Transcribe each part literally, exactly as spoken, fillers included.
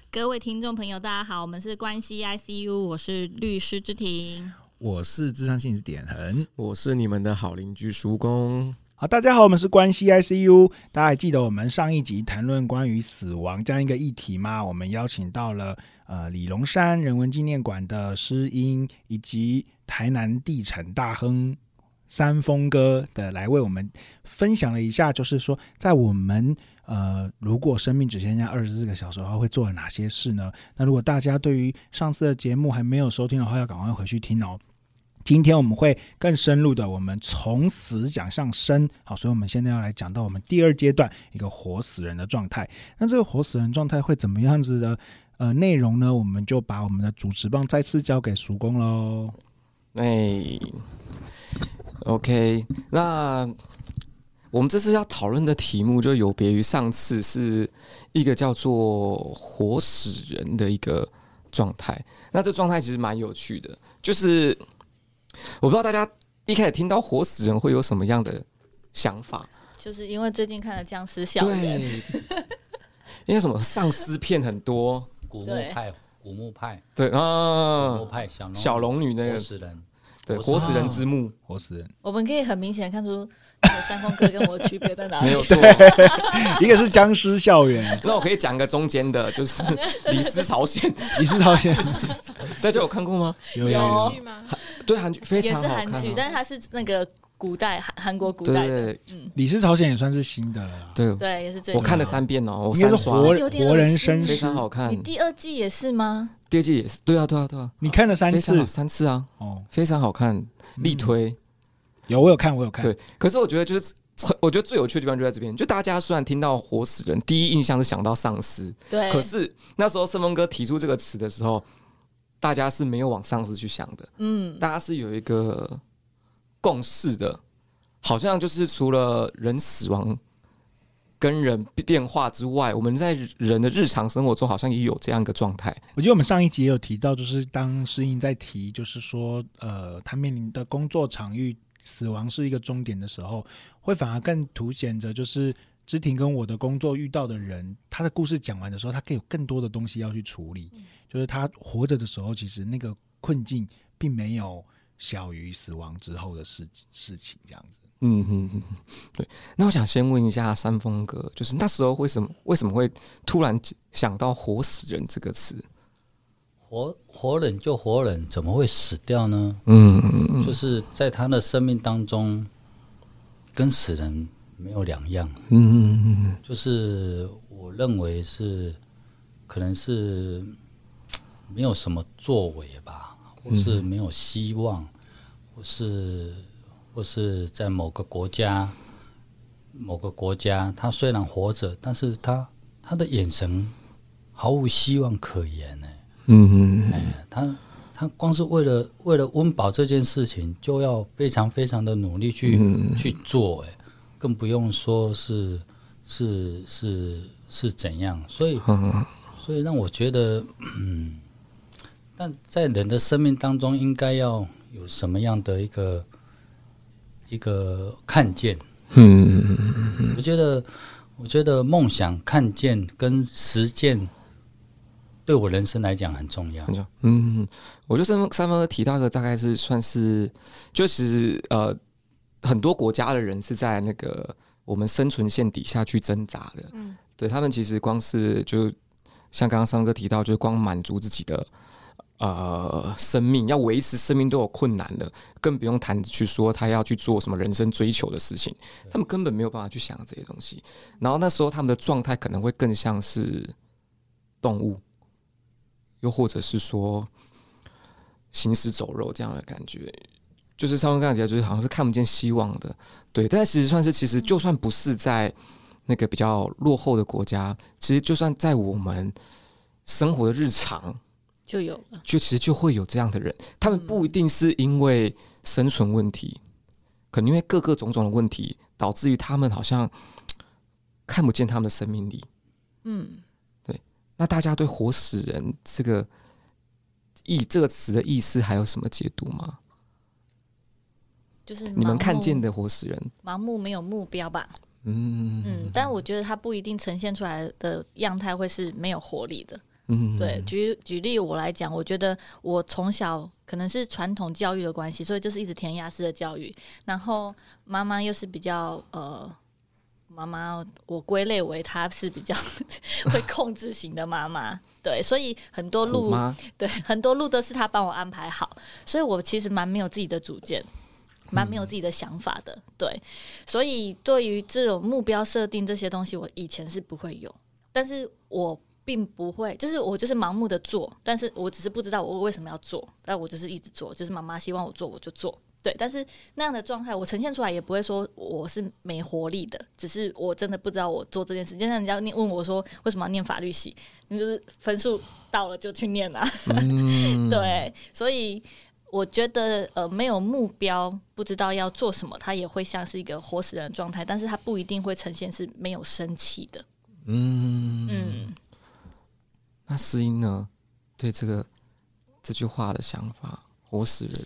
各位听众朋友大家好，我们是关系 I C U， 我是律师之庭， 我是諮商心理師點恆， 我是你们的好邻居叔公。 好，大家好，我们是关系 I C U。 大家还记得我们上一集谈论关于死亡这样一个议题吗？我们邀请到了呃李龙山人文纪念馆的诗音，以及台南地产大亨三峰哥的来为我们分享了一下，就是说在我们呃如果生命只剩下二十四个小时的话，会做了哪些事呢？那如果大家对于上次的节目还没有收听的话，要赶快回去听哦。今天我们会更深入的，我们从死讲向生，好，所以我们现在要来讲到我们第二阶段一个活死人的状态。那这个活死人状态会怎么样子的呃内容呢？我们就把我们的主持棒再次交给叔公喽。 哎 ，OK， 那我们这次要讨论的题目就有别于上次，是一个叫做活死人的一个状态。那这状态其实蛮有趣的，就是我不知道大家一开始听到活死人会有什么样的想法， 就是因为最近看了僵尸校园， 对，因为什么丧尸片很多， 古墓派，古墓派， 对啊， 古墓派小龙小龙女那个活死人， 对，活死人之墓， 活死人， 我们可以很明显看出三峰哥跟我的区别在哪里。 没有错， 一个是僵尸校园， 那我可以讲个中间的，就是李斯朝鲜， 李斯朝鲜， 大家有看过吗？ 有有有剧吗？ 对，韩剧非也常好看、啊， 是韩剧，但是它是那个古代韩韩国古代的， 对嗯， 李斯朝鲜也算是新的了啦， 对对，也是最我看了三遍哦，我应该是三刷， 活有点恶心活人生非尸， 常好看你。第二季也是吗？ 第二季也是，对啊，对啊，对啊， 你看了三次非常好三次啊， 哦， 非常好看，力推。 有我有看，我有看， 对，可是我觉得就是。我觉得最有趣的地方就在这边，就大家虽然听到活死人，第一印象是想到丧尸， 对， 可是那时候盛峰哥提出这个词的时候，大家是没有往丧尸去想的， 嗯， 大家是有一个共识的，好像就是除了人死亡跟人变化之外，我们在人的日常生活中好像也有这样一个状态。 我觉得我们上一集也有提到，就是当诗音在提，就是说，呃，他面临的工作场域死亡是一个终点的时候，会反而更凸显着，就是之庭跟我的工作遇到的人，他的故事讲完的时候，他可以有更多的东西要去处理。嗯、就是他活着的时候，其实那个困境并没有小于死亡之后的事事情，这样子。 嗯嗯嗯，对。那我想先问一下三峰哥，就是那时候为什么为什么会突然想到"活死人"这个词？ 活活人就活人，怎么会死掉呢？ 嗯嗯嗯， 就是在他的生命当中，跟死人没有两样。 嗯嗯嗯， 就是我认为是，可能是没有什么作为吧，或是没有希望，或是或是在某个国家，某个国家，他虽然活着，但是他他的眼神毫无希望可言呢。 嗯嗯， 哎，他他光是为了为了温饱这件事情，就要非常非常的努力去、嗯、去做，哎，更不用说是是是是怎样，所以、嗯、所以让我觉得，嗯，但在人的生命当中，应该要有什么样的一个一个看见？嗯，我觉得我觉得梦想、看见跟实践。对我人生来讲很重要。 嗯，我觉得三峰哥提到一个大概是算是，就其实呃，很多国家的人是在那个我们生存线底下去挣扎的。嗯，对他们其实光是就像刚刚三峰哥提到，就是光满足自己的呃生命，要维持生命都有困难了，更不用谈去说他要去做什么人生追求的事情，他们根本没有办法去想这些东西。然后那时候他们的状态可能会更像是动物。又或者是说行尸走肉这样的感觉，就是上面刚才提到，就是好像是看不见希望的，对。但是其实算是，其实就算不是在那个比较落后的国家，其实就算在我们生活的日常就有了， 就其实就会有这样的人。他们不一定是因为生存问题，可能因为各个种种的问题，导致于他们好像看不见他们的生命力。嗯。那大家对活死人这个意这个词的意思还有什么解读吗？ 就是你们看见的活死人， 盲目没有目标吧？ 嗯嗯，但我觉得它不一定呈现出来的样态会是没有活力的。 嗯，对，举举例我来讲，我觉得我从小可能是传统教育的关系，所以就是一直填鸭式的教育，然后妈妈又是比较呃。妈妈，我归类为她是比较会控制型的妈妈，对，所以很多路，对，很多路都是她帮我安排好，所以我其实蛮没有自己的主见，蛮没有自己的想法的，对，所以对于这种目标设定这些东西，我以前是不会有，但是我并不会，就是我就是盲目的做，但是我只是不知道我为什么要做，但我就是一直做，就是妈妈希望我做我就做。对，但是那样的状态我呈现出来也不会说我是没活力的，只是我真的不知道我做这件事。就像人家问我说为什么要念法律系，你就是分数到了就去念啊。嗯、对，所以我觉得呃没有目标，不知道要做什么，它也会像是一个活死人的状态，但是它不一定会呈现是没有生气的。嗯嗯，那诗音呢？对这个这句话的想法，活死人。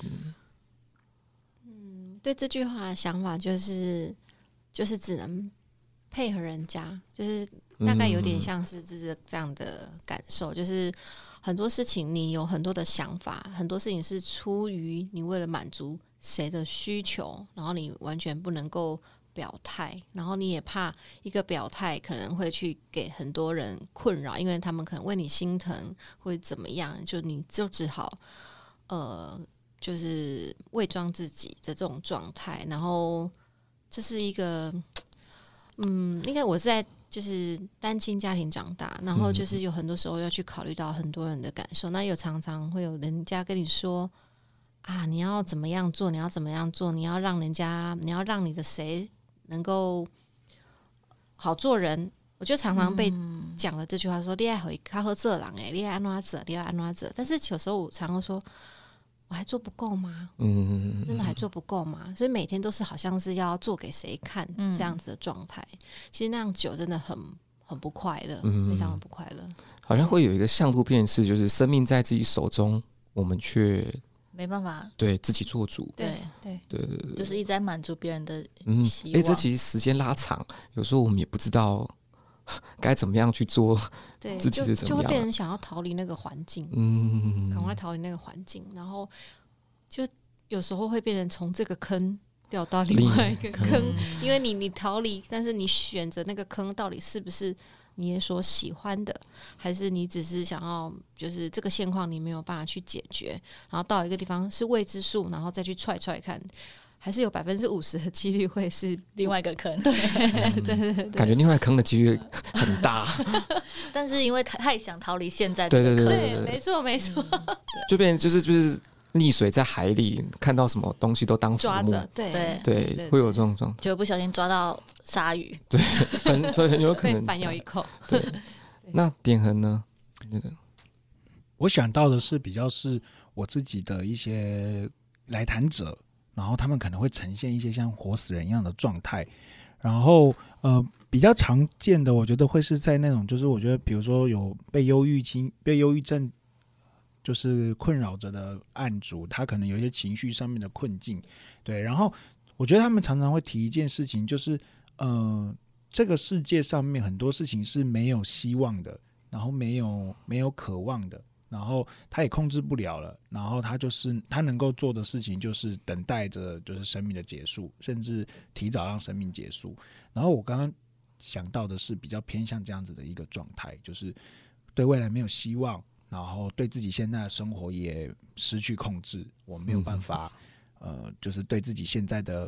对这句话的想法就是就是只能配合人家，就是大概有点像是这这样的感受，就是很多事情你有很多的想法，很多事情是出于你为了满足谁的需求，然后你完全不能够表态，然后你也怕一个表态可能会去给很多人困扰，因为他们可能为你心疼或者怎么样，就你就只好呃就是伪装自己的这种状态，然后这是一个，嗯，应该我是在就是单亲家庭长大，然后就是有很多时候要去考虑到很多人的感受，那有常常会有人家跟你说啊，你要怎么样做，你要怎么样做，你要让人家，你要让你的谁能够好做人。我就常常被讲了这句话说，你要和他和这人哎，你要安怎做，你要安怎做，但是有时候我常常说。我还做不够吗？嗯，真的还做不够吗？所以每天都是好像是要做给谁看这样子的状态、嗯。其实那样久真的很很不快乐、嗯，非常的不快乐。 好像会有一个向度辨识，就是生命在自己手中，我们却没办法对自己做主。 对对对对对，就是一直在满足别人的希望。 哎、欸，这其实时间拉长，有时候我们也不知道该怎么样去做， 对， 自己是怎么样， 就会变成想要逃离那个环境，嗯，赶快逃离那个环境，然后就有时候会变成从这个坑掉到另外一个坑，坑因为你你逃离，但是你选择那个坑到底是不是你也所喜欢的，还是你只是想要就是这个现况你没有办法去解决，然后到一个地方是未知数，然后再去踹踹看。还是有百分之五十的几率会是另外一个坑， 对对对对， 感觉另外坑的几率很大， 但是因为太想逃离现在这个坑， 对对对对，没错没错， 就变成就是就是溺水在海里，看到什么东西都当浮木， 对对对, 对，会有这种状态， 就不小心抓到鲨鱼， 对，很所以很有可能被反咬一口。 对，那点恒呢？ 我想到的是比较是我自己的一些来谈者。然后他们可能会呈现一些像活死人一样的状态，然后呃比较常见的，我觉得会是在那种就是我觉得比如说有被忧郁情被忧郁症就是困扰着的案主，他可能有一些情绪上面的困境，对，然后我觉得他们常常会提一件事情，就是呃这个世界上面很多事情是没有希望的，然后没有没有渴望的。然后他也控制不了了，然后他就是他能够做的事情就是等待着就是生命的结束，甚至提早让生命结束。然后我刚刚想到的是比较偏向这样子的一个状态，就是对未来没有希望，然后对自己现在的生活也失去控制，我没有办法、嗯、呃，就是对自己现在的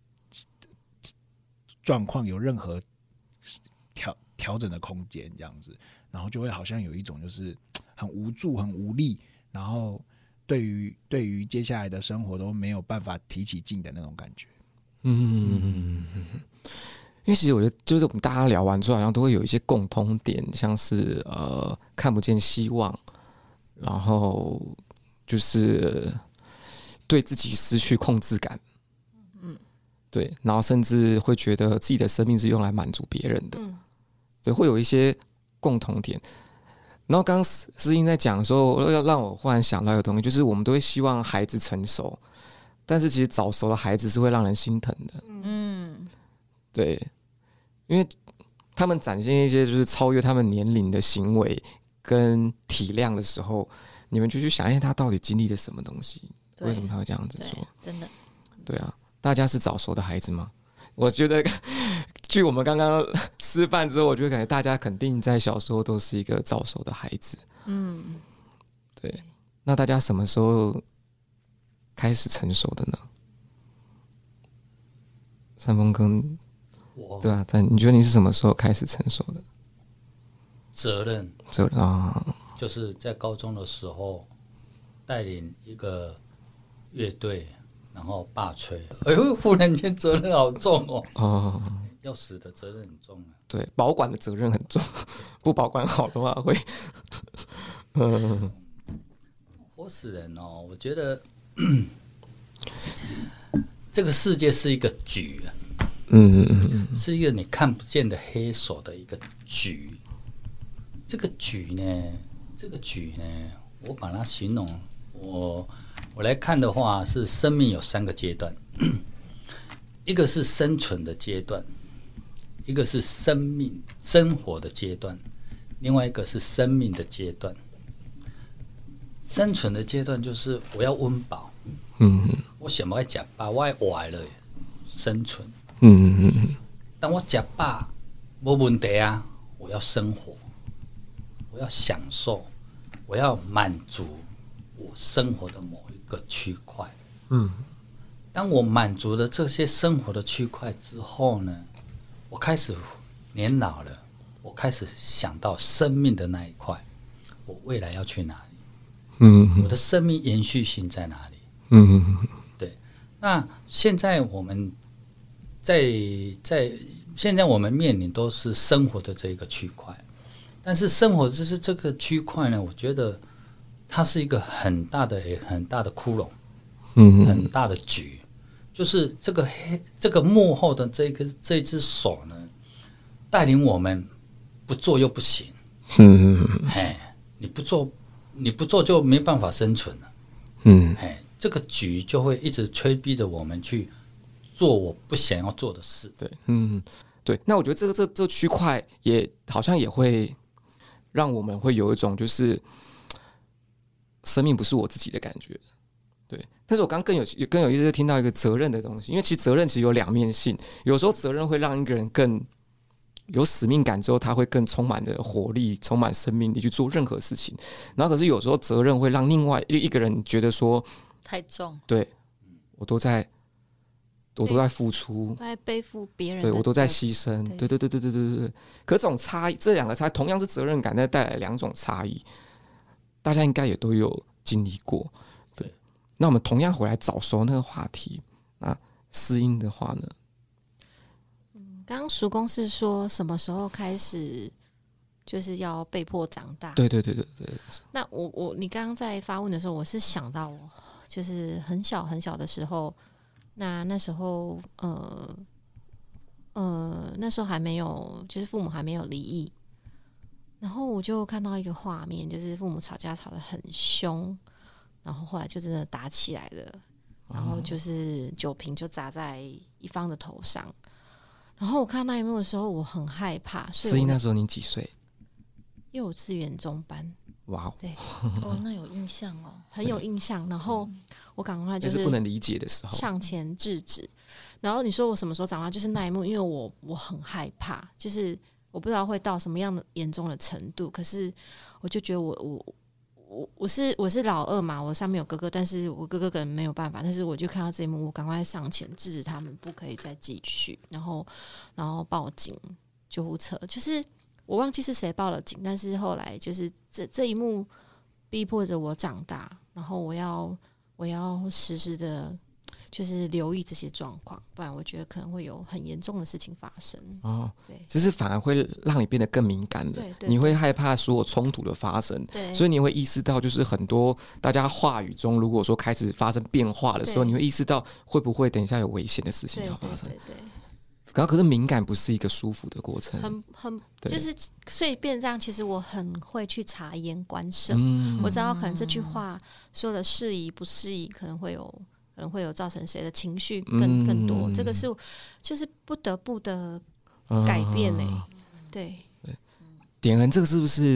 状况有任何调调整的空间，这样子，然后就会好像有一种就是很无助、很无力，然后对于对于接下来的生活都没有办法提起劲的那种感觉。 嗯，因为其实我觉得，就是我们大家聊完之后，好像都会有一些共通点，像是呃看不见希望，然后就是对自己失去控制感，嗯，对，然后甚至会觉得自己的生命是用来满足别人的，嗯，对，会有一些共同点。然后刚刚诗音在讲的时候，要让我忽然想到一个东西，就是我们都会希望孩子成熟，但是其实早熟的孩子是会让人心疼的。嗯，对，因为他们展现一些就是超越他们年龄的行为跟体谅的时候，你们就去想，哎，他到底经历了什么东西？为什么他会这样子做？ 真的， 对啊，大家是早熟的孩子吗？我觉得，据我们刚刚吃饭之后，我就感觉大家肯定在小时候都是一个早熟的孩子。嗯，对。那大家什么时候开始成熟的呢？山峰哥，对啊，在你觉得你是什么时候开始成熟的？ 责任， 责任啊， 就是在高中的时候带领一个乐队，然后霸吹。哎呦，忽然间责任好重哦！哦，要死的责任很重啊。 对，保管的责任很重，不保管好的话会，嗯， 活死人哦！我觉得这个世界是一个局，嗯嗯嗯，是一个你看不见的黑手的一个局。这个局呢，这个局呢，我把它形容，我我来看的话，是生命有三个阶段，一个是生存的阶段，一个是生命生活的阶段，另外一个是生命的阶段。生存的阶段就是我要温饱，嗯，我想要吃饱，我要活了生存，嗯嗯嗯。当我吃饱没问题啊，我要生活。我要享受，我要满足我生活的某一个区块。嗯，当我满足了这些生活的区块之后呢，我开始年老了，我开始想到生命的那一块，我未来要去哪里？嗯，我的生命延续性在哪里？嗯，对。那现在我们在在现在我们面临都是生活的这一个区块。但是生活就是这个区块呢，我觉得它是一个很大的、很大的窟窿，嗯，很大的局。就是这个黑、这个幕后的这个这只手呢，带领我们不做又不行，嗯，嘿，你不做，你不做就没办法生存了，嗯，嘿，这个局就会一直催逼着我们去做我不想要做的事。 对，嗯，对。那我觉得这个这这区块也好像也会。让我们会有一种就是生命不是我自己的感觉，对。但是我刚刚更有更有意思，听到一个责任的东西，因为其实责任其实有两面性，有时候责任会让一个人更有使命感，之后他会更充满的活力，充满生命力去做任何事情。然后可是有时候责任会让另外一个人觉得说太重， 对我都在。我都在付出， 都在背负别人， 对我都在牺牲，对对对对对对对。可这种差异，这两个差异同样是责任感，但带来两种差异，大家应该也都有经历过。对，那我们同样回来早熟那个话题，那思音的话呢？ 嗯，刚刚叔公是说什么时候开始就是要被迫长大？ 对对对对对。 那我我你刚刚在发问的时候，我是想到我就是很小很小的时候。那那时候，呃，呃，那时候还没有，就是父母还没有离异，然后我就看到一个画面，就是父母吵架吵得很凶，然后后来就真的打起来了，然后就是酒瓶就砸在一方的头上，然后我看那一幕的时候，我很害怕。 所以那时候你几岁？ 幼稚园中班。 哇、wow 对， 哦，那有印象哦， 很有印象。然后我赶快就是不能理解的时候上前制止。然后你说我什么时候长大？就是那一幕，因为我我很害怕，就是我不知道会到什么样的严重的程度。可是我就觉得我我我我是我是老二嘛，我上面有哥哥，但是我哥哥可能没有办法。但是我就看到这一幕，我赶快上前制止他们，不可以再继续。然后然后报警救护车，就是。我忘记是谁报了警，但是后来就是这这一幕逼迫着我长大，然后我要我要时时的，就是留意这些状况，不然我觉得可能会有很严重的事情发生。哦，对， 其实反而会让你变得更敏感了，你会害怕所有冲突的发生， 对， 所以你会意识到，就是很多大家话语中，如果说开始发生变化的时候，你会意识到会不会等一下有危险的事情要发生。 对对对对。 然后可是敏感不是一个舒服的过程， 很很就是所以变这样。其实我很会去察言观色，嗯、我知道可能这句话说的适宜不适宜，可能会有可能会有造成谁的情绪更更多。嗯、这个是就是不得不的改变呢、欸。嗯、对， 点恩这个是不是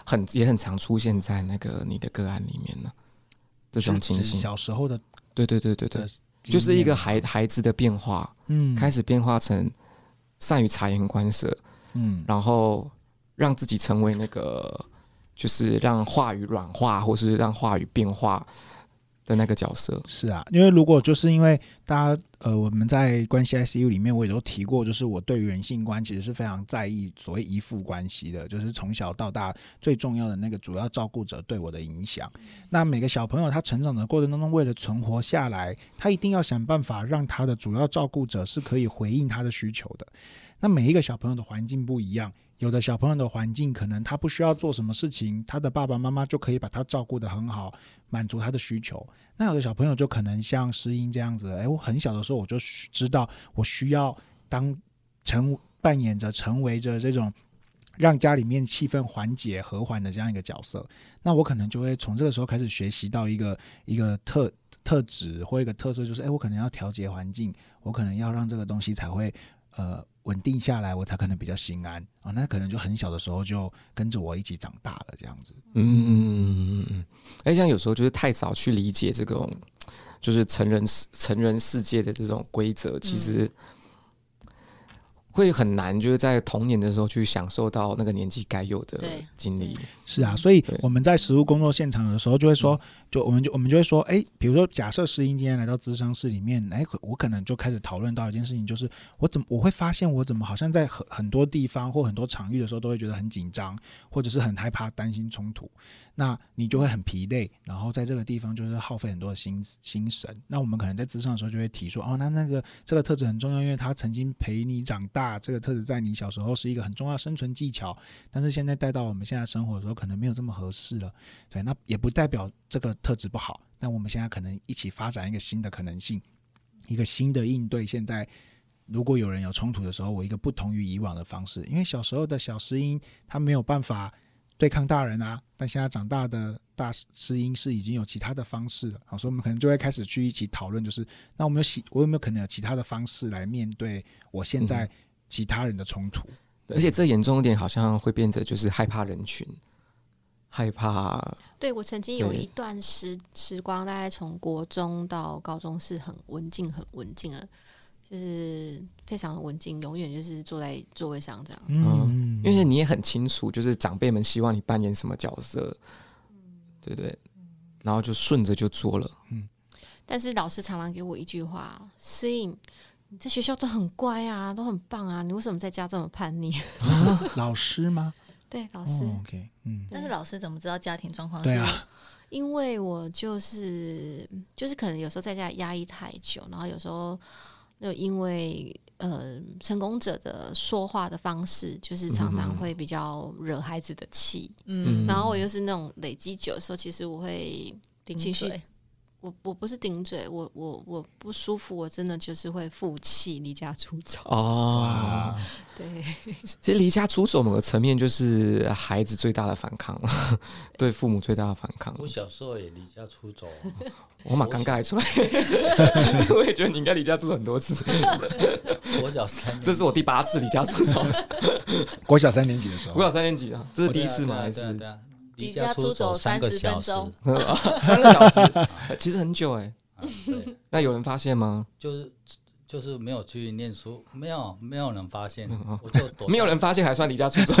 很也很常出现在那个你的个案里面呢。这种情形， 小时候的， 对对对对对，就是一个孩孩子的变化，嗯，开始变化成善于察言观色，嗯，然后让自己成为那个，就是让话语软化，或是让话语变化的那个角色。 是啊，因为如果就是因为大家呃，我们在关系 I C U 里面，我也都提过，就是我对于人性观其实是非常在意所谓依附关系的，就是从小到大最重要的那个主要照顾者对我的影响。那每个小朋友他成长的过程当中，为了存活下来，他一定要想办法让他的主要照顾者是可以回应他的需求的。那每一个小朋友的环境不一样，有的小朋友的环境可能他不需要做什么事情，他的爸爸妈妈就可以把他照顾得很好，满足他的需求。那有的小朋友就可能像诗音这样子，哎，我很小的时候我就知道我需要当成扮演着成为着这种让家里面气氛缓解和缓的这样一个角色，那我可能就会从这个时候开始学习到一个一个特特质或一个特色，就是哎，我可能要调节环境，我可能要让这个东西才会呃稳定下来，我才可能比较心安啊。那可能就很小的时候就跟着我一起长大了，这样子。 嗯嗯嗯。哎，像有时候就是太早去理解这种就是成人成人世界的这种规则，其实会很难，就是在童年的时候去享受到那个年纪该有的经历。 是啊，所以我们在实务工作现场的时候就会说，就我们就我们就会说，哎，比如说假设诗音今天来到咨商室里面，哎，我可能就开始讨论到一件事情，就是我怎么我会发现我怎么好像在很很多地方或很多场域的时候都会觉得很紧张，或者是很害怕担心冲突，那你就会很疲累，然后在这个地方就是耗费很多的心心神。那我们可能在咨商的时候就会提说，哦，那那个这个特质很重要，因为他曾经陪你长大，这个特质在你小时候是一个很重要的生存技巧，但是现在带到我们现在生活的时候可能没有这么合适了。对，那也不代表这个特质不好，那我们现在可能一起发展一个新的可能性，一个新的应对。现在如果有人有冲突的时候，我一个不同于以往的方式，因为小时候的小诗音他没有办法对抗大人啊，但现在长大的大诗音是已经有其他的方式了，好，所以我们可能就会开始去一起讨论，就是那我们有我有没有可能有其他的方式来面对我现在其他人的冲突。嗯， 而且这严重一点，好像会变成就是害怕人群，害怕。 对，我曾经有一段时时光，大概从国中到高中是很文静、很文静的，就是非常的文静，永远就是坐在座位上这样子。 嗯，因为你也很清楚，就是长辈们希望你扮演什么角色，嗯，对不对？然后就顺着就做了。嗯， 但是老师常常给我一句话：诗音，你在学校都很乖啊，都很棒啊，你为什么在家这么叛逆？ 啊，老师吗？ 对，老师。 哦 OK， 嗯， 但是老师怎么知道家庭状况是？ 对啊， 因为我就是就是可能有时候在家压抑太久，然后有时候就因为呃成功者的说话的方式，就是常常会比较惹孩子的气，嗯，然后我又是那种累积久的时候，其实我会情绪。我我不是顶嘴，我我我不舒服，我真的就是会负气离家出走。 哦， 对， 其实离家出走某个层面就是孩子最大的反抗，对父母最大的反抗。 我小时候也离家出走， 我蛮尴尬出来，我也觉得你应该离家出走很多次。 国小三年级， 这是我第八次离家出走。 国小三年级的时候， 国小三年级啊，这是第一次吗？还是？ 离家出走三十分钟， 三个小时，其实很久哎、 啊。对， 那有人发现吗？ 就是就是没有去念书，没有没有人发现，嗯、我就躲。 没有人发现还算离家出走，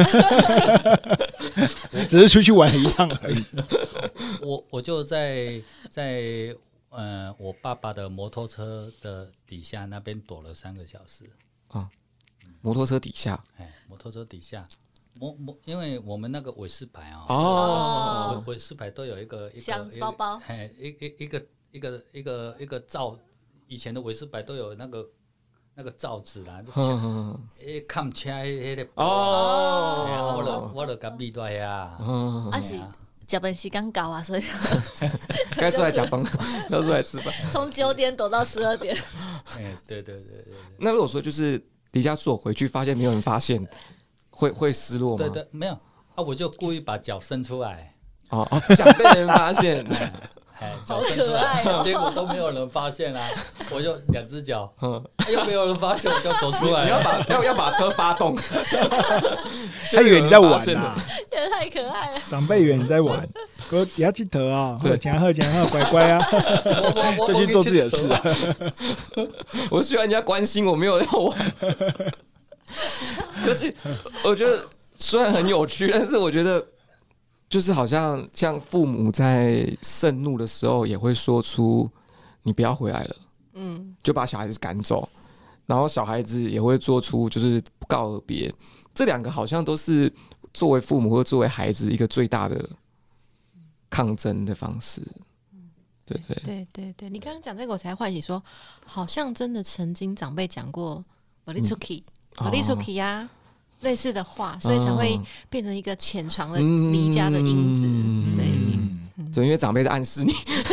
只是出去玩一趟而已。 我我就在在呃我爸爸的摩托车的底下那边躲了三个小时啊，摩托车底下， 哎，摩托车底下。摩摩，因为我们那个韦氏牌啊， 哦， 韦氏牌都有一个一个箱子包包， 哎，一一一个一个一个一个罩，以前的韦氏牌都有那个那个罩子啦，诶，看车迄个哦，我了我了隔壁对呀， 啊是，食饭时间到啊，所以该出来吃饭，要出来吃饭， 从九点躲到十二点。 哎，对对对对对。 那如果说就是离家出走回去，发现没有人发现。会会失落吗？ 对对，没有啊，我就故意把脚伸出来， 哦哦，想被人发现， 哎， 脚伸出来， 好可爱哦结果都没有人发现啊，我就两只脚，又没有人发现，我就走出来了。 你要把要要把车发动， 他以为你在玩呐、啊， 也太可爱了。 长辈以为你在玩，哥底下记得啊，喝钱喝钱喝乖乖啊，就去做自己的事啊。 我需要人家关心，我没有要玩。可是我觉得虽然很有趣，但是我觉得就是好像像父母在盛怒的时候，也会说出“你不要回来了”，嗯，就把小孩子赶走，然后小孩子也会做出就是不告而别。这两个好像都是作为父母或作为孩子一个最大的抗争的方式。对对对对对，你刚刚讲这个，我才唤起说，好像真的曾经长辈讲过“我力出去，我力出去呀”类似的话，所以才会变成一个潜藏的离家的因子。 嗯、 对、 嗯，对，因为长辈在暗示你，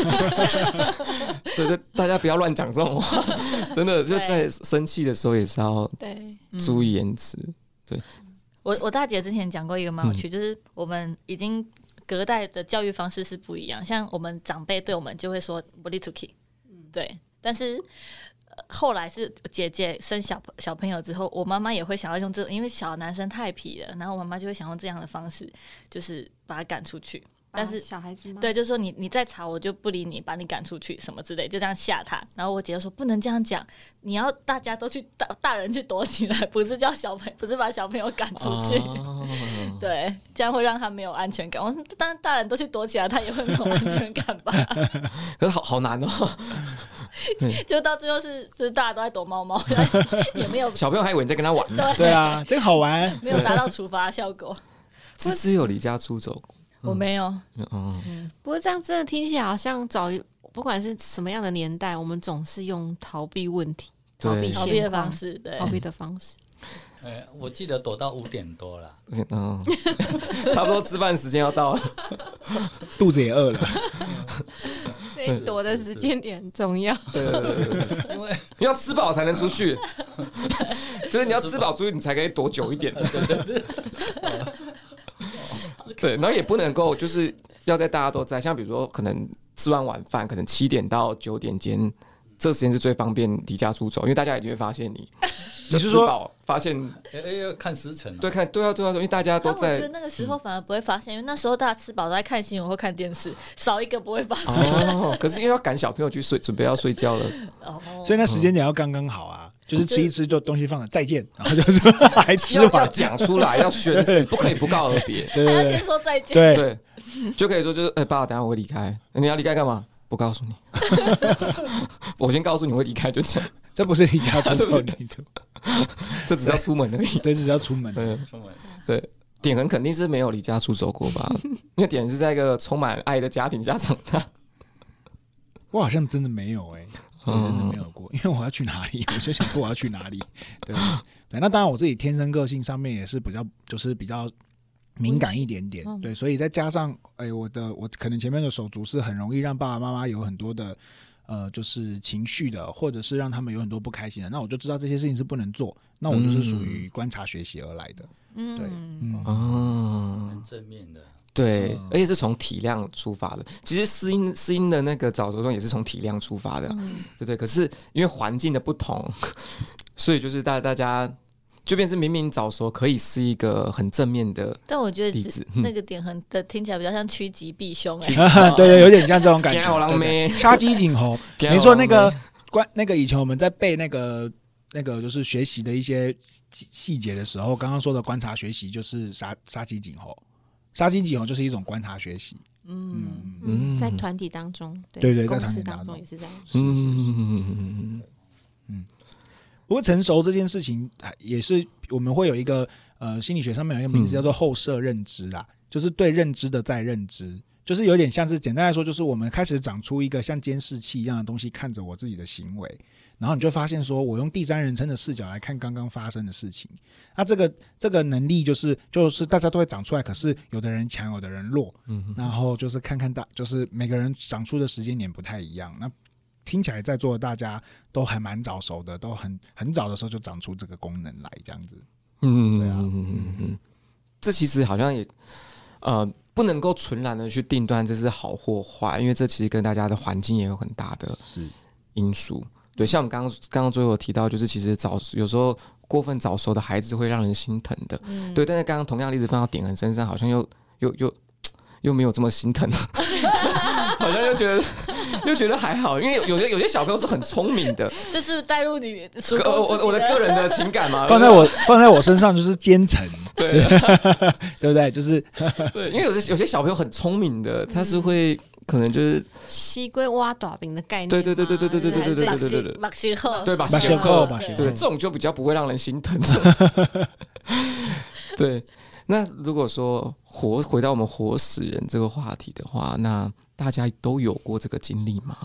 所以就大家不要乱讲这种话，真的就在生气的时候也是要注意言辞。对， 我我大姐之前讲过一个蛮有趣，嗯、就是我们已经。隔代的教育方式是不一样，像我们长辈对我们就会说“不离出去”，对。但是、呃、后来是姐姐生小小朋友之后，我妈妈也会想要用这种，因为小男生太皮了，然后我妈妈就会想用这样的方式，就是把他赶出去。但是小孩子吗？ 对，就是说你你再吵我就不理你，把你赶出去什么之类，就这样吓他。然后我姐就说不能这样讲，你要大家都去大大人去躲起来，不是叫小朋友，不是把小朋友赶出去。哦、对，这样会让他没有安全感。我说当然大人都去躲起来，他也会没有安全感吧？ 可是好好难哦。 就到最后是就是大家都在躲猫猫，也没有小朋友还以为你在跟他玩呢。 对啊，真好玩， 没有达到处罚效果。 芝芝有离家出走过。 我没有、 嗯嗯，不过这样真的听起来好像早不管是什么样的年代，我们总是用逃避问题、逃避逃避的方式，对， 逃避的方式。 欸、我记得躲到五点多了， 嗯，差不多吃饭时间要到了， 肚子也饿了， 所以躲的時間點很重要。 对对对对，因为你要吃饱才能出去，就是你要吃饱出去，你才可以躲久一点。对对对。对，然后也不能够就是要在大家都在，像比如说可能吃完晚饭，可能七点到九点间，这个时间是最方便离家出走，因为大家一定会发现你。 你是说发现？ 哎、欸，要看时辰、啊。 对，看对啊对啊，因为大家都在。 但我觉得那个时候反而不会发现，因为那时候大家吃饱都在看新闻或看电视，少一个不会发现。 哦，可是因为要赶小朋友去睡，准备要睡觉了， 哦、 所以那时间点要刚刚好啊。就是吃一吃就东西放了再见，然后就是还吃完要讲出来，要宣誓，不可以不告而别， 还要先说再见， 对对，就可以说就是哎、欸、爸，等一下我会离开，你要离开干嘛？不告诉你，我先告诉你会离开，就这样。 这不是离家出走，离出， 这只要出门而已。 对，只要出门。 对，出门。对，点恒肯定是没有离家出走过吧？因为点是在一个充满爱的家庭下长大。 我好像真的没有哎、欸。真的没有过，因为我要去哪里，我就想过我要去哪里。对，对，那当然我自己天生个性上面也是比较，就是比较敏感一点点。对，所以再加上，哎、欸，我的我可能前面的手足是很容易让爸爸妈妈有很多的呃，就是情绪的，或者是让他们有很多不开心的。那我就知道这些事情是不能做，那我就是属于观察学习而来的。嗯，对，嗯， 哦，很正面的。 对，而且是从体谅出发的。其实思音思音的那个早熟中也是从体谅出发的，嗯、对对。可是因为环境的不同，所以就是大大家就变成明明早熟可以是一个很正面的例子， 但我觉得那个点很的听起来比较像趋吉避凶、欸， 对对，有点像这种感觉。杀鸡儆猴，没错，那个关那个以前我们在背那个。那个就是学习的一些细节的时候，刚刚说的观察学习就是杀杀鸡儆猴。杀鸡儆猴就是一种观察学习， 嗯嗯，在团体当中，对对对， 在团体当中也是这样， 嗯嗯。不过成熟这件事情也是我们会有一个呃心理学上面有一个名字叫做后设认知啦，嗯、就是对认知的再认知，就是有点像是简单来说，就是我们开始长出一个像监视器一样的东西，看着我自己的行为。然后你就发现说，我用第三人称的视角来看刚刚发生的事情，那这个这个能力就是就是大家都会长出来，可是有的人强，有的人弱，嗯，然后就是看看大，就是每个人长出的时间点不太一样。那听起来在座的大家都还蛮早熟的，都很很早的时候就长出这个功能来，这样子。 嗯，对啊，嗯嗯嗯，这其实好像也呃不能够纯然的去定断这是好或坏，因为这其实跟大家的环境也有很大的因素。对，像我们刚刚刚刚最后有提到，就是其实早有时候过分早熟的孩子会让人心疼的，嗯、对。但是刚刚同样例子放到点恒身上，好像又又又又没有这么心疼，好像又觉得又觉得还好，因为有些有些小朋友是很聪明的， 这是带入你我我我的个人的情感嘛， 放在我放在我身上就是奸臣， 对对不对？就是对，因为有些有些小朋友很聪明的，他是会。可能就是西龟挖大饼的概念， 对对对对对对对对对对对对对， 马西后， 对马西后，对这种就比较不会让人心疼。对，那如果说活回到我们活死人这个话题的话，那大家都有过这个经历吗？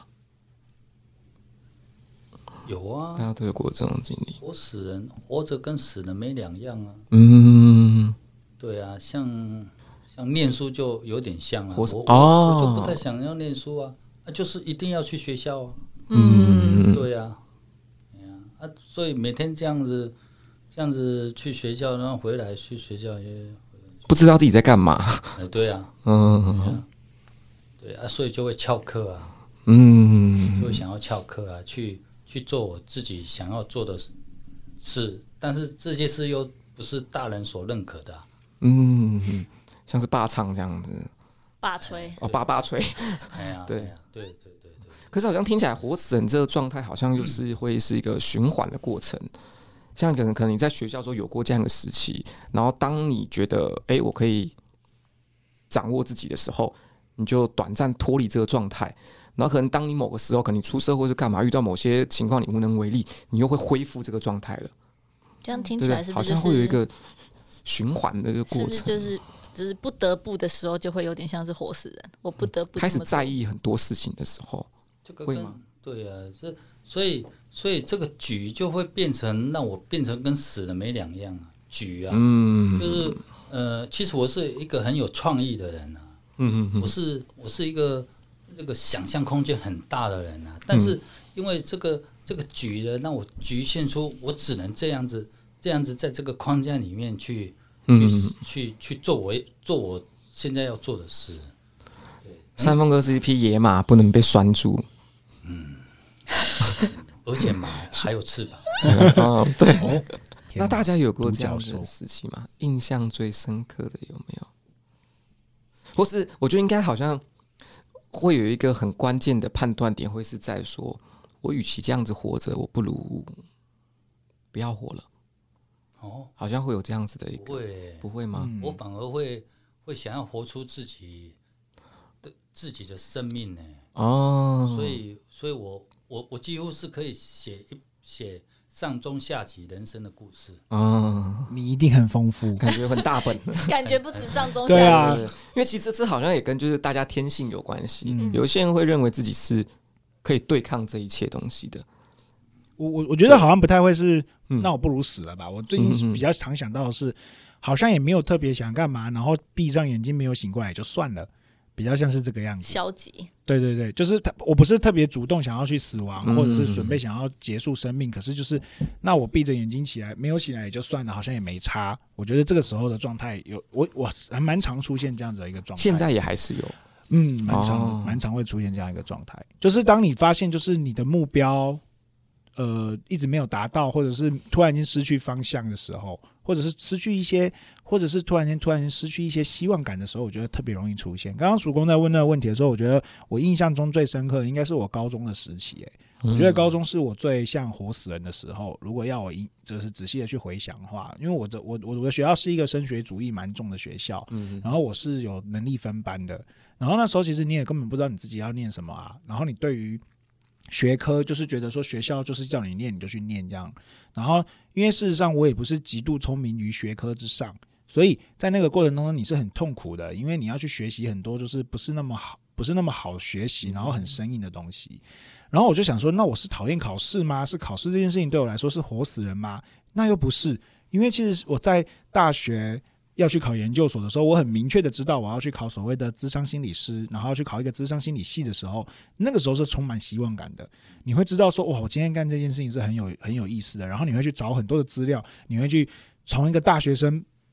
有啊， 大家都有过这种经历。 活死人，活着跟死人没两样啊。 嗯， 对啊，像。像念书就有点像啊，我、 哦、 我就不太想要念书啊，啊就是一定要去学校啊， 嗯， 对啊，啊，所以每天这样子这样子去学校，然后回来去学校也不知道自己在干嘛， 哎，对啊， 嗯， 对啊，对啊，所以就会翘课啊， 嗯， 就会想要翘课啊，去去做我自己想要做的事，但是这些事又不是大人所认可的、啊， 嗯。像是霸唱这样子， 霸吹哦，霸霸吹， 哎呀， 对对对对对。 可是好像听起来活死人这个状态，好像又是会是一个循环的过程。像可能可能你在学校中有过这样的时期，然后当你觉得哎、欸，我可以掌握自己的时候，你就短暂脱离这个状态。然后可能当你某个时候，可能你出社会是干嘛，遇到某些情况你无能为力，你又会恢复这个状态了。 这样听起来是不是、就是、 好像会有一个循环的一个过程？ 是不是就是就是不得不的时候，就会有点像是活死人。我不得不开始在意很多事情的时候， 这个会吗？ 对啊，这所以所以这个局就会变成让我变成跟死人没两样啊，局啊，嗯，就是呃，其实我是一个很有创意的人啊，嗯嗯，我是我是一个这个想象空间很大的人啊，但是因为这个这个局呢，让我局限出我只能这样子这样子在这个框架里面去。去去去做我做我现在要做的事。对， 三峰哥是一匹野马，不能被拴住。 嗯，而且马还有翅膀。 哦，对。 哦、 那大家有过这样的时期吗？印象最深刻的有没有？或是我觉得应该好像会有一个很关键的判断点，会是在说，我与其这样子活着，我不如不要活了。 哦， 好像会有这样子的一个， 不会， 不会吗？ 嗯、我反而会会想要活出自己的自己的生命呢。 哦， 所以，所以我我我几乎是可以写一写上中下集人生的故事。 哦， 你一定很丰富， 感觉很大本， 感觉不止上中下集。 啊、 因为其实这好像也跟就是大家天性有关系。 嗯、 有些人会认为自己是可以对抗这一切东西的。 我我我觉得好像不太会是，那我不如死了吧。我最近比较常想到的是，好像也没有特别想干嘛，然后闭上眼睛没有醒过来就算了，比较像是这个样子。 消极。 对对对，就是我不是特别主动想要去死亡，或者是准备想要结束生命，可是就是那我闭着眼睛起来，没有起来也就算了，好像也没差。我觉得这个时候的状态有我我还蛮常出现这样子的一个状态， 现在也还是有。 嗯，蛮常蛮、哦、常会出现这样一个状态，就是当你发现就是你的目标。呃，一直没有达到，或者是突然间失去方向的时候，或者是失去一些，或者是突然间突然间失去一些希望感的时候，我觉得特别容易出现。刚刚曙光在问那个问题的时候，我觉得我印象中最深刻的应该是我高中的时期、欸。我觉得高中是我最像活死人的时候。如果要我就是仔细的去回想的话，因为我的我我的学校是一个升学主义蛮重的学校，然后我是有能力分班的，然后那时候其实你也根本不知道你自己要念什么啊，然后你对于学科就是觉得说学校就是叫你念你就去念这样，然后因为事实上我也不是极度聪明于学科之上，所以在那个过程当中你是很痛苦的，因为你要去学习很多就是不是那么好不是那么好学习然后很生硬的东西，然后我就想说那我是讨厌考试吗？是考试这件事情对我来说是活死人吗？那又不是，因为其实我在大学要去考研究所的时候，我很明确的知道我要去考所谓的諮商心理师，然后要去考一个諮商心理系的时候，那个时候是充满希望感的。你会知道说，哇，我今天干这件事情是很有很有意思的，然后你会去找很多的资料，你会去从一个大学生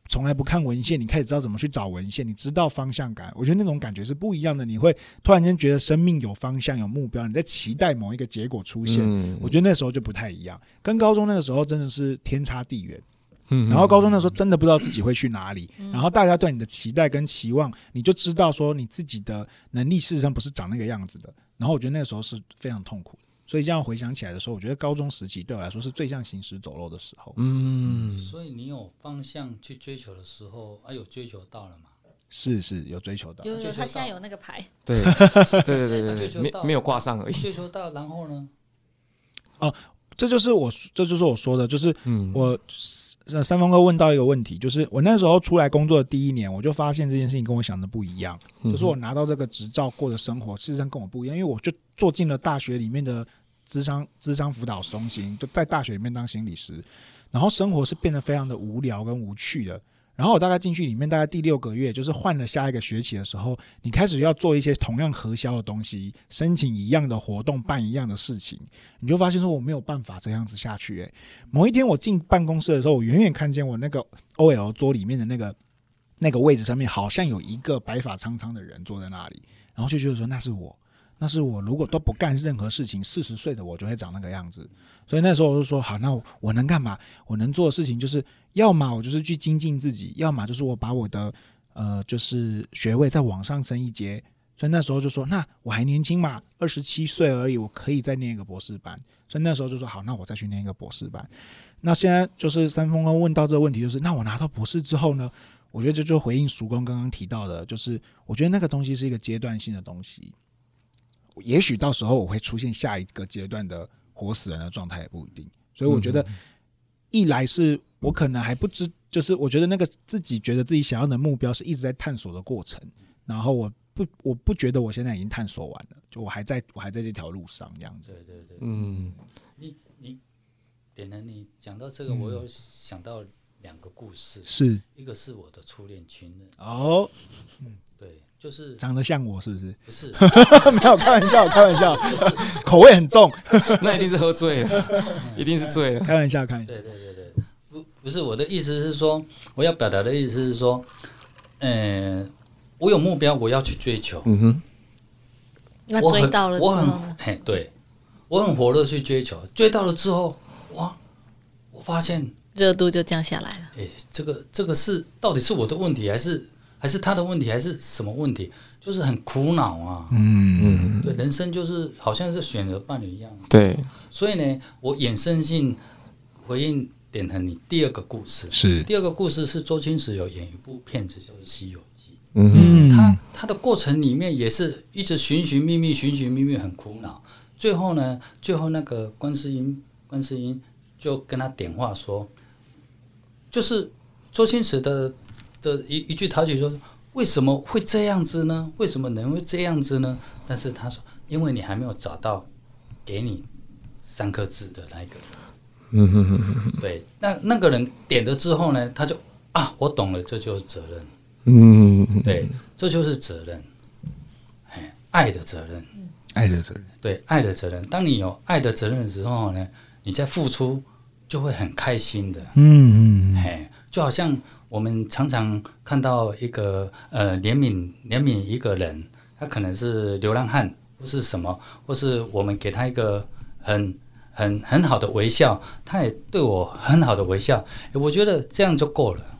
从来不看文献，你开始知道怎么去找文献，你知道方向感，我觉得那种感觉是不一样的。你会突然间觉得生命有方向有目标，你在期待某一个结果出现、嗯、我觉得那时候就不太一样，跟高中那个时候真的是天差地远。然后高中那时候真的不知道自己会去哪里、嗯、然后大家对你的期待跟期望，你就知道说你自己的能力事实上不是长那个样子的，然后我觉得那个时候是非常痛苦的。所以这样回想起来的时候，我觉得高中时期对我来说是最像行尸走肉的时候。 嗯，所以你有方向去追求的时候啊，有追求到了吗？ 是是有追求到， 有有，他现在有那个牌。 对对对对对对，没没有挂上而已。 追求到，然后呢？ 哦，这就是我这就是我说的，就是我、嗯、三峰哥问到一个问题，就是我那时候出来工作的第一年，我就发现这件事情跟我想的不一样，嗯、就是我拿到这个执照过的生活，事实上跟我不一样，因为我就做进了大学里面的諮商諮商輔導中心，就在大学里面当心理師，然後生活是變得非常的無聊跟無趣的。然後我大概進去裡面大概第六個月，就是換了下一個學期的時候，你開始要做一些同樣核銷的東西，申請一樣的活動，辦一樣的事情，你就發現說我沒有辦法這樣子下去、欸。某一天我進辦公室的時候，我遠遠看見我那個 O L 桌裡面的那個那個位置上面好像有一個白髮蒼蒼的人坐在那裡，然後就覺得說那是我。那是我如果都不干任何事情，四十岁的我就会长那个样子。所以那时候我就说，好，那 我, 我能干嘛？我能做的事情就是，要么我就是去精进自己，要么就是我把我的呃就是学位再往上升一阶。所以那时候就说，那我还年轻嘛，二十七岁而已，我可以再念一个博士班。所以那时候就说，好，那我再去念一个博士班。那现在就是三峰哥问到这个问题，就是那我拿到博士之后呢？我觉得这就回应曙光刚刚提到的，就是我觉得那个东西是一个阶段性的东西。也许到时候我会出现下一个阶段的活死人的状态也不一定，所以我觉得一来是我可能还不知，就是我觉得那个自己觉得自己想要的目标是一直在探索的过程，然后我不我不觉得我现在已经探索完了，就我还在我还在这条路上这样子。 对对对，嗯，你你点了你讲到这个，我有想到两个故事， 是一个是我的初恋情人哦，嗯。 对，就是长得像我，是不是？ 不是， 没有，开玩笑，开玩笑，口味很重。 那一定是喝醉了，一定是醉了。 开玩笑，开玩笑。 对对对对，不不是我的意思是说，我要表达的意思是说，嗯、呃，我有目标，我要去追求。嗯哼。 那追到了之后呢？ 我很，嘿，对，我很火热去追求，追到了之后，哇，我发现热度就降下来了。 哎，这个这个是到底是我的问题还是？还是他的问题，还是什么问题？就是很苦恼啊。嗯，对，人生就是好像是选择伴侣一样。 对， 所以呢，我衍生性回应点腾你第二个故事。 是第二个故事是周星驰有演一部片子，就是《西游记》。 嗯， 他他的过程里面也是一直寻寻觅觅，寻寻觅觅，很苦恼。最后呢，最后那个观世音，观世音就跟他点化说，就是周星驰的。的一一句陶曲说：“为什么会这样子呢？为什么人会这样子呢？”但是他说：“因为你还没有找到给你三颗痣的那个人。”嗯哼哼哼，对，那那个人点了之后呢，他就啊，我懂了，这就是责任。嗯，对，这就是责任，哎，爱的责任， 爱的责任， 对，爱的责任。当你有爱的责任的时候呢，你在付出就会很开心的。嗯嗯，哎，就好像。我们常常看到一个呃怜悯怜悯一个人，他可能是流浪汉或是什么，或是我们给他一个很很很好的微笑，他也对我很好的微笑，我觉得这样就够了。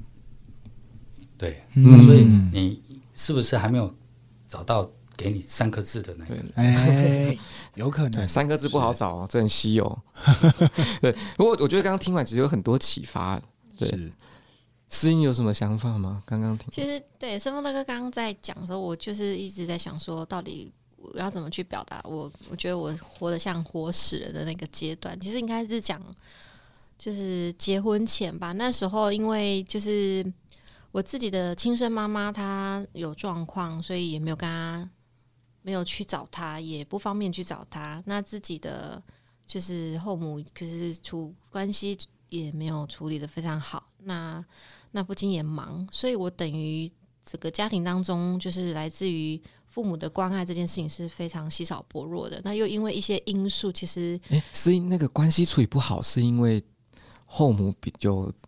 对，嗯、所以你是不是还没有找到给你三颗痣的那个人？ 哎，有可能三颗痣不好找，这很稀有。对，不过我觉得刚刚听完其实有很多启发。对。是诗音有什么想法吗？刚刚听， 其实对申峰大哥刚刚在讲的时候，我就是一直在想说，到底我要怎么去表达我？我觉得我活得像活死人的那个阶段，其实应该是讲，就是结婚前吧。那时候因为就是我自己的亲生妈妈她有状况，所以也没有跟她没有去找她，也不方便去找她。那自己的就是后母就是处关系也没有处理得非常好。那那父亲也忙，所以我等于这个家庭当中，就是来自于父母的关爱这件事情是非常稀少薄弱的。那又因为一些因素，其实哎，是那个关系处理不好，是因为后母比较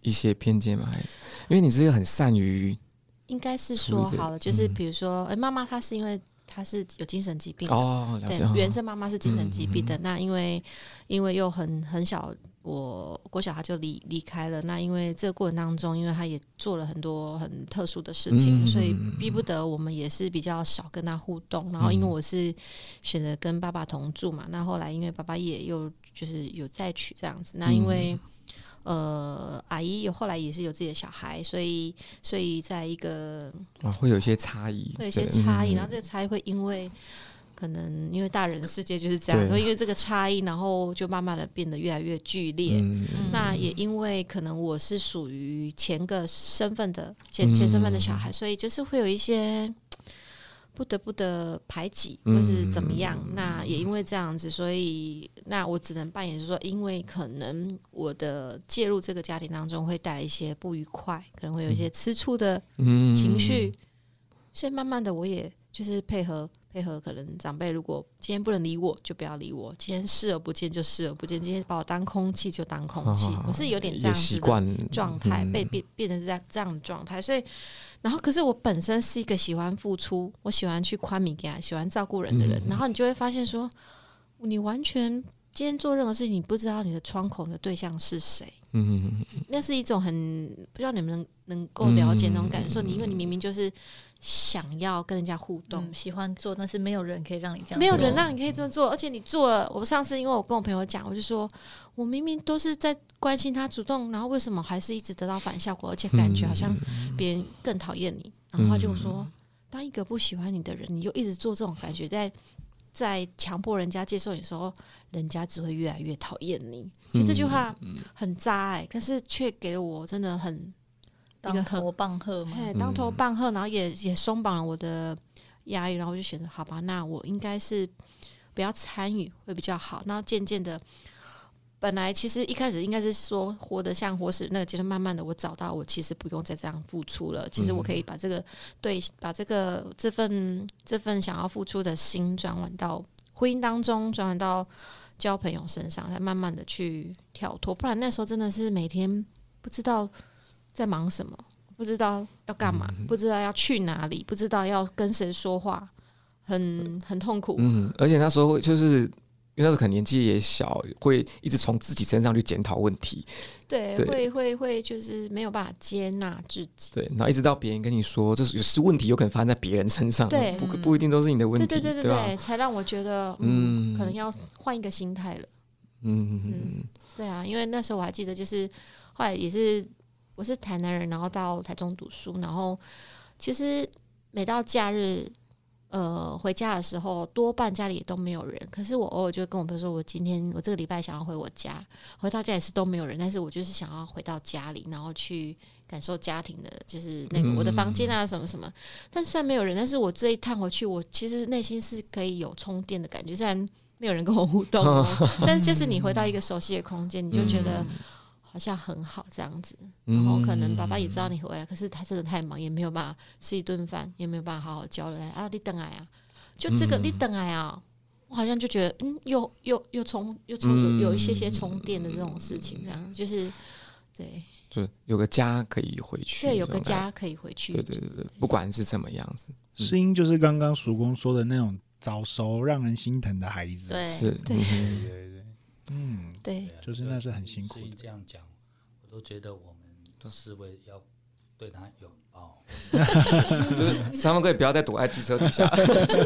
一些偏见吗？还是因为你是一个很善于， 应该是说好了，就是比如说，哎、嗯，妈妈她是因为她是有精神疾病的， 哦，了解， 对，原生妈妈是精神疾病的， 嗯、 那因为因为又很很小。我国小他就离离开了，那因为这个过程当中，因为他也做了很多很特殊的事情，嗯、所以逼不得我们也是比较少跟他互动。然后因为我是选择跟爸爸同住嘛，那后来因为爸爸也有就是有再娶这样子，那因为、嗯、呃阿姨有后来也是有自己的小孩，所以所以在一个、 啊、会有一些差异， 会有一些差异，然后这个差异会因为。可能因为大人的世界就是这样，所以因为这个差异，然后就慢慢的变得越来越剧烈。嗯、那也因为可能我是属于前个身份的前前身份的小孩，所以就是会有一些不得不的排挤或是怎么样。嗯、那也因为这样子，所以那我只能扮演就是说，因为可能我的介入这个家庭当中会带来一些不愉快，可能会有一些吃醋的情绪，嗯、所以慢慢的我也就是配合。配合可能长辈，如果今天不能理我，就不要理我；今天视而不见就视而不见；今天把我当空气就当空气。哦、我是有点这样子的状态，被变变成这样这样的状态。所以，然后可是我本身是一个喜欢付出，我喜欢去宽悯给他，喜欢照顾人的人。嗯、然后你就会发现说，你完全今天做任何事情，你不知道你的窗口的对象是谁。嗯，那是一种很不知道你们能能够了解那种感受。嗯、你因为你明明就是想要跟人家互动， 嗯、喜欢做，但是没有人可以让你这样做， 没有人让你可以这么做，而且你做了。我上次因为我跟我朋友讲，我就说我明明都是在关心他主动，然后为什么还是一直得到反效果，而且感觉好像别人更讨厌你。然后他就说，当一个不喜欢你的人，你就一直做这种感觉，在在强迫人家接受你的时候，人家只会越来越讨厌你。其实这句话很渣哎、欸，但是却给了我真的很当头棒喝嘛， 当头棒喝，然后也也松绑了我的压抑，然后我就选择好吧，那我应该是不要参与会比较好。然后渐渐的，本来其实一开始应该是说活得像活死那个阶段，慢慢的我找到我其实不用再这样付出了，其实我可以把这个对把这个这份这份想要付出的心转换到婚姻当中，转换到交朋友身上，才慢慢的去跳脱。不然那时候真的是每天不知道在忙什么，不知道要干嘛，嗯、不知道要去哪里，不知道要跟谁说话，很很痛苦。 嗯，而且那时候就是因为那时候可能年纪也小，会一直从自己身上去检讨问题。 对， 对会会会，就是没有办法接纳自己。 对，然后一直到别人跟你说，这是是问题，有可能发生在别人身上， 对， 不不一定都是你的问题。 对对对对对， 对，才让我觉得，嗯，嗯可能要换一个心态了。嗯嗯，对啊，因为那时候我还记得，就是后来也是我是台南人，然后到台中读书，然后其实每到假日。呃，回家的时候多半家里也都没有人，可是我偶尔就跟我朋友说，我今天我这个礼拜想要回我家，回到家也是都没有人，但是我就是想要回到家里，然后去感受家庭的，就是那个我的房间啊什么什么。但虽然没有人，但是我这一趟回去，我其实内心是可以有充电的感觉，虽然没有人跟我互动、哦，但是就是你回到一个熟悉的空间，你就觉得好像很好这样子。然后可能爸爸也知道你回来，可是他真的太忙，也没有办法吃一顿饭，也没有办法好好交流。啊，你等来啊，就这个、嗯、你等来啊，我好像就觉得嗯，又又又充又充有有一些些充电的这种事情，这样就是对， 就有个家可以回去， 对，有个家可以回去， 对对对对，不管是什么样子， 诗音就是刚刚叔公说的那种早熟让人心疼的孩子， 对， 是， 对对对对，嗯， 对， 就是那是很辛苦的。 这样讲，我都觉得我们都是为要对他拥抱， 就是三分哥也不要再躲在机车底下，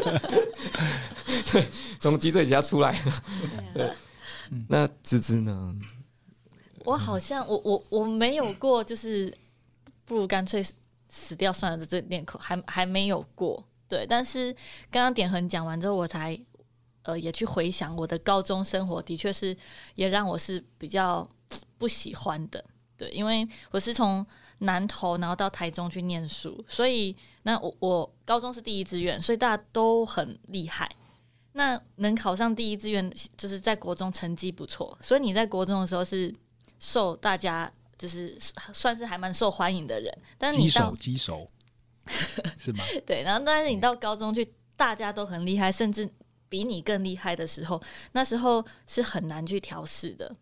对，从机车底下出来。对、啊，那芝芝呢？ 我好像我我我没有过，就是不如干脆死掉算了的这念口，还还没有过。对，但是刚刚点恒讲完之后，我才呃也去回想我的高中生活，的确是也让我是比较不喜欢的。对，因为我是从南投然后到台中去念书，所以那我我高中是第一志愿，所以大家都很厉害。那能考上第一志愿，就是在国中成绩不错，所以你在国中的时候是受大家就是算是还蛮受欢迎的人。但是你到鸡手是吗？ 对，然后但是你到高中去，大家都很厉害，甚至比你更厉害的时候，那时候是很难去调试的。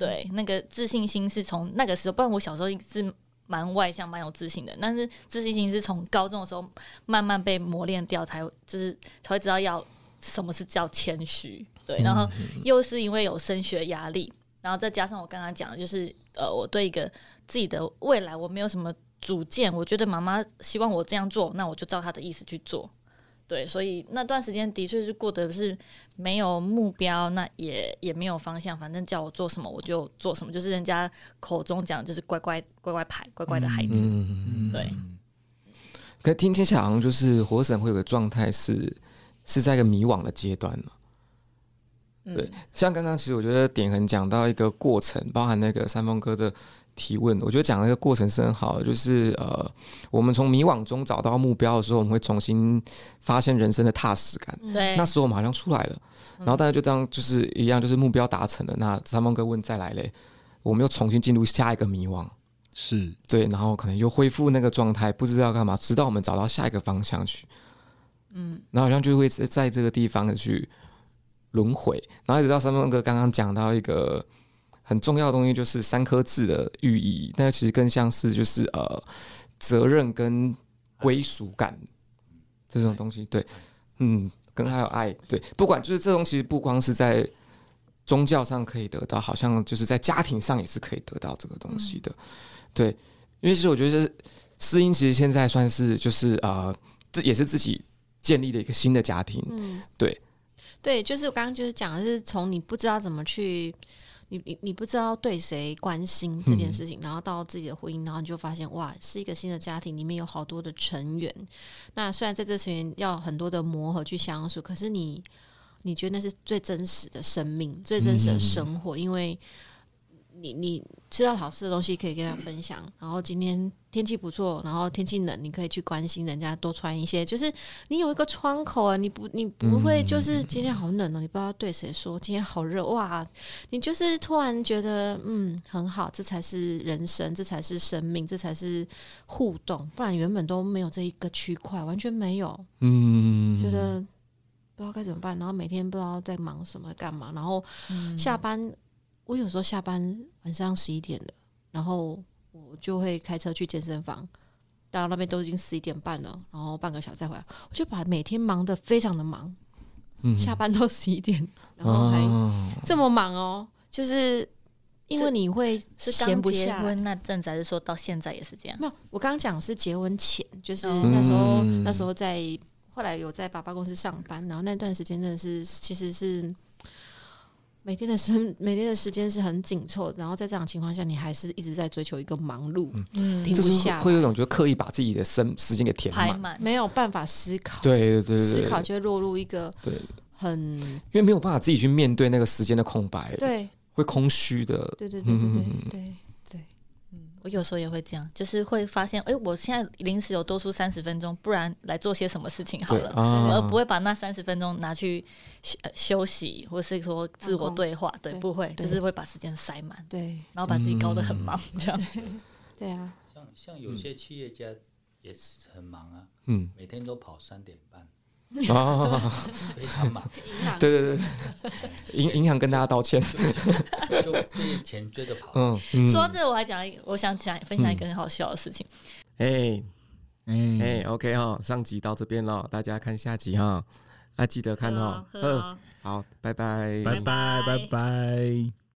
对，那个自信心是从那个时候，不然我小时候是蛮外向、蛮有自信的，但是自信心是从高中的时候慢慢被磨练掉，才就是才会知道要什么是叫谦虚。对，然后又是因为有升学压力，然后再加上我刚刚讲的，就是呃，我对一个自己的未来我没有什么主见，我觉得妈妈希望我这样做，那我就照她的意思去做。对，所以那段时间的确是过得是没有目标，那也也没有方向，反正叫我做什么我就做什么，就是人家口中讲就是乖乖乖乖牌乖乖的孩子。嗯、对。 可是听听起来好像就是火神会有个状态是是在一个迷惘的阶段嘛。对，像刚刚其实我觉得点恒讲到一个过程，包含那个三峰哥的提问，我觉得讲那个过程是很好的，就是呃，我们从迷惘中找到目标的时候，我们会重新发现人生的踏实感。 对， 那时候我们好像出来了，然后大家就当就是一样，就是目标达成了。那三峰哥问再来嘞，我们又重新进入下一个迷惘， 是对，然后可能又恢复那个状态，不知道干嘛，直到我们找到下一个方向去。嗯，然后好像就会在这个地方去轮回，然后一直到三峰哥刚刚讲到一个很重要的东西，就是三颗字的寓意，那其实更像是就是呃责任跟归属感这种东西，对，嗯，跟还有爱，对，不管就是这东西不光是在宗教上可以得到，好像就是在家庭上也是可以得到这个东西的，对，因为其实我觉得诗音其实现在算是就是呃这也是自己建立了一个新的家庭，嗯，对。 对，就是我刚刚就是讲的是从你不知道怎么去，你你你不知道对谁关心这件事情，嗯、然后到自己的婚姻，然后你就发现哇，是一个新的家庭，里面有好多的成员。那虽然在这成员要很多的磨合去相处，可是你你觉得那是最真实的生命，最真实的生活，嗯、因为你你吃到好吃的东西可以跟他分享，然后今天天气不错，然后天气冷，你可以去关心人家多穿一些，就是你有一个窗口啊，你不你不会就是今天好冷哦，你不知道对谁说今天好热哇，你就是突然觉得嗯很好，这才是人生，这才是生命，这才是互动，不然原本都没有这一个区块，完全没有，嗯，觉得不知道该怎么办，然后每天不知道在忙什么干嘛，然后下班。嗯我有时候下班晚上十一点了，然后我就会开车去健身房，到那边都已经十一点半了，然后半个小时再回来，我就把每天忙得非常的忙，嗯、下班都十一点，然后还这么忙哦，就是因为你会闲不下来。 结婚那阵子还是说到现在也是这样？ 没有，我刚刚讲是结婚前，就是那时候、嗯、那时候在后来有在爸爸公司上班，然后那段时间真的是其实是。每天的生每天的时间是很紧凑，然后在这样的情况下，你还是一直在追求一个忙碌，嗯，停不下来， 会有一种就刻意把自己的生时间给填满， 没有办法思考， 对对 对, 对， 思考就会落入一个对很， 因为没有办法自己去面对那个时间的空白， 对， 会空虚的， 对对对对对、嗯、对。 我有时候也会这样，就是会发现，哎、欸，我现在临时有多出三十分钟，不然来做些什么事情好了，啊、而不会把那三十分钟拿去、呃、休息，或是说自我对话，对，对不会，就是会把时间塞满， 对， 然后把自己搞得很忙，嗯、这样， 对，对啊， 像像有些企业家也是很忙啊，嗯，每天都跑三点半。 哦， 非常忙， 对对对，银银行跟大家道歉， 就追钱追着跑。 嗯，嗯说到这，我还讲，我想讲分享一个很好笑的事情。 哎、嗯，哎、欸欸、，OK 哈，上集到这边了，大家看下集哈，啊，记得看哈， 嗯， 好，拜拜， 拜拜，拜拜。